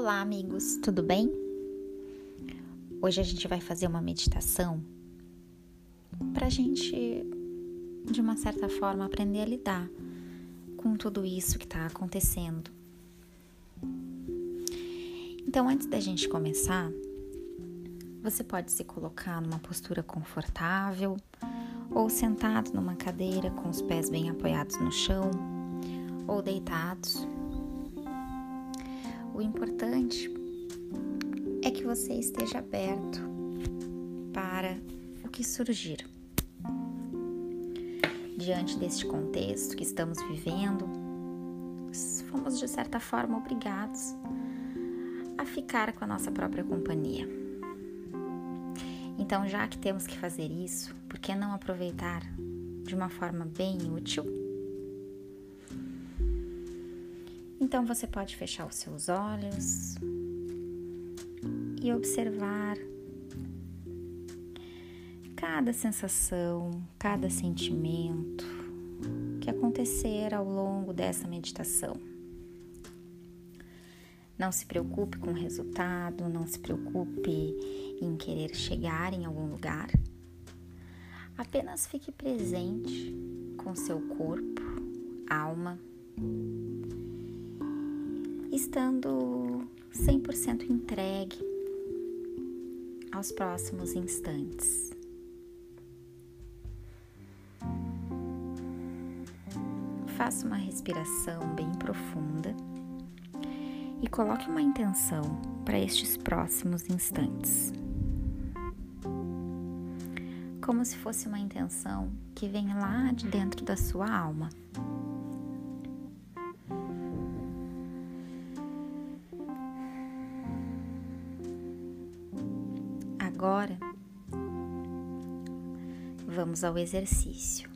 Olá, amigos, tudo bem? Hoje a gente vai fazer uma meditação para a gente, de uma certa forma, aprender a lidar com tudo isso que está acontecendo. Então, antes da gente começar, você pode se colocar numa postura confortável ou sentado numa cadeira com os pés bem apoiados no chão ou deitados. O importante é que você esteja aberto para o que surgir. Diante deste contexto que estamos vivendo, fomos de certa forma obrigados a ficar com a nossa própria companhia. Então, já que temos que fazer isso, por que não aproveitar de uma forma bem útil? Então, você pode fechar os seus olhos e observar cada sensação, cada sentimento que acontecer ao longo dessa meditação. Não se preocupe com o resultado, não se preocupe em querer chegar em algum lugar. Apenas fique presente com seu corpo, alma, estando 100% entregue aos próximos instantes. Faça uma respiração bem profunda e coloque uma intenção para estes próximos instantes. Como se fosse uma intenção que vem lá de dentro da sua alma. Agora, vamos ao exercício.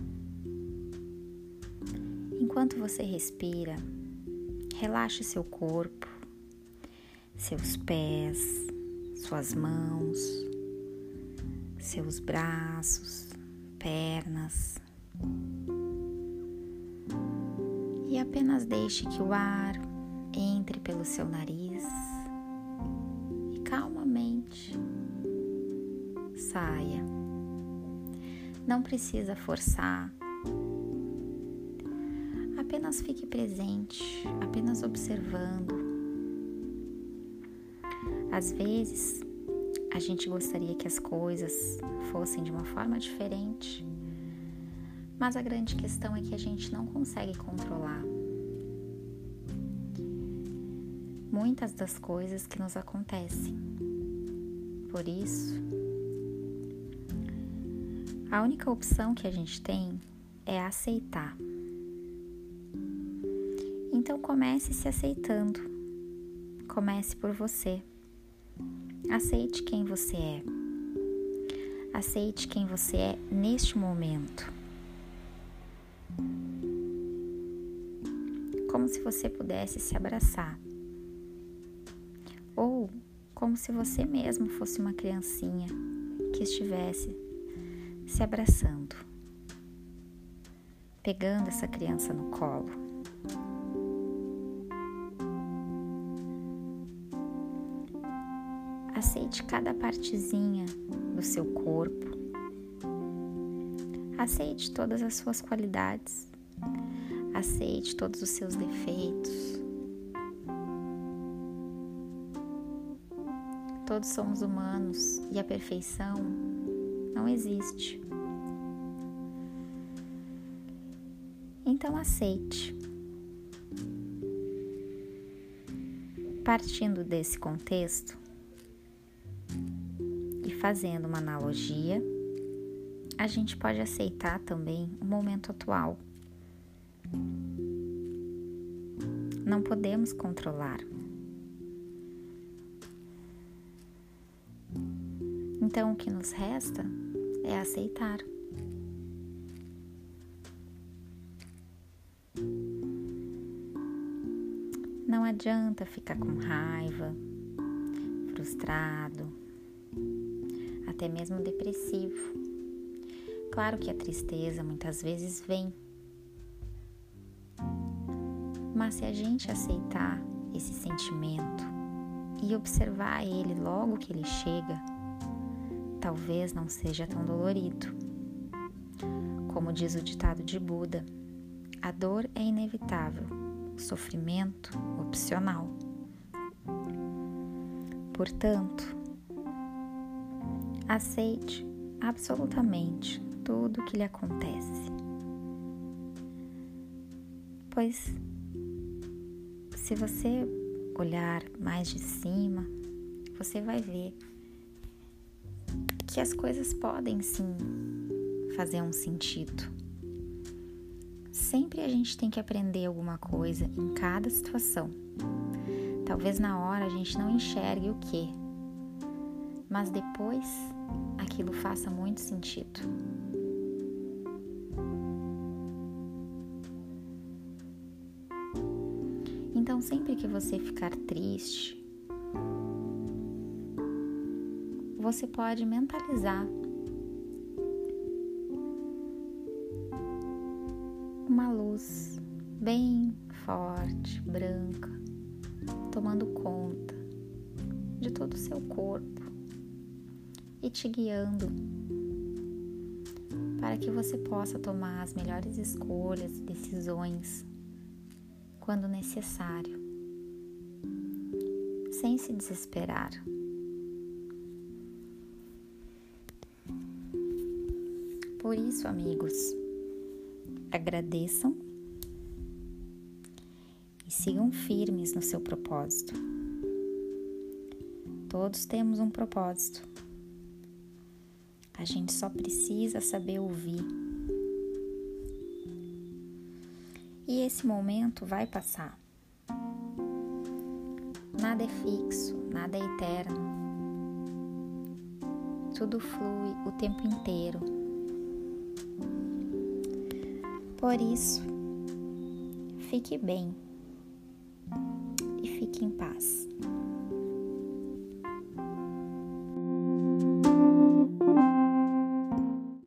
Enquanto você respira, relaxe seu corpo, seus pés, suas mãos, seus braços, pernas. E apenas deixe que o ar entre pelo seu nariz e calmamente saia. Não precisa forçar. Apenas fique presente, apenas observando. Às vezes, a gente gostaria que as coisas fossem de uma forma diferente, mas a grande questão é que a gente não consegue controlar muitas das coisas que nos acontecem. Por isso, a única opção que a gente tem é aceitar. Então comece se aceitando. Comece por você. Aceite quem você é. Aceite quem você é neste momento. Como se você pudesse se abraçar. Ou como se você mesmo fosse uma criancinha que estivesse se abraçando, pegando essa criança no colo. Aceite cada partezinha do seu corpo. Aceite todas as suas qualidades. Aceite todos os seus defeitos. Todos somos humanos e a perfeição não existe. Então aceite. Partindo desse contexto e fazendo uma analogia, a gente pode aceitar também o momento atual. Não podemos controlar. Então, o que nos resta é aceitar. Não adianta ficar com raiva, frustrado, até mesmo depressivo. Claro que a tristeza muitas vezes vem, mas se a gente aceitar esse sentimento e observar ele logo que ele chega, talvez não seja tão dolorido. Como diz o ditado de Buda, a dor é inevitável, o sofrimento opcional. Portanto, aceite absolutamente tudo o que lhe acontece, pois se você olhar mais de cima, você vai ver que as coisas podem sim fazer um sentido. Sempre a gente tem que aprender alguma coisa em cada situação. Talvez na hora a gente não enxergue o quê, mas depois aquilo faça muito sentido. Então, sempre que você ficar triste, você pode mentalizar uma luz bem forte, branca, tomando conta de todo o seu corpo e te guiando para que você possa tomar as melhores escolhas e decisões quando necessário, sem se desesperar. Por isso, amigos, agradeçam e sigam firmes no seu propósito. Todos temos um propósito. A gente só precisa saber ouvir. E esse momento vai passar. Nada é fixo, nada é eterno. Tudo flui o tempo inteiro. Por isso, fique bem e fique em paz.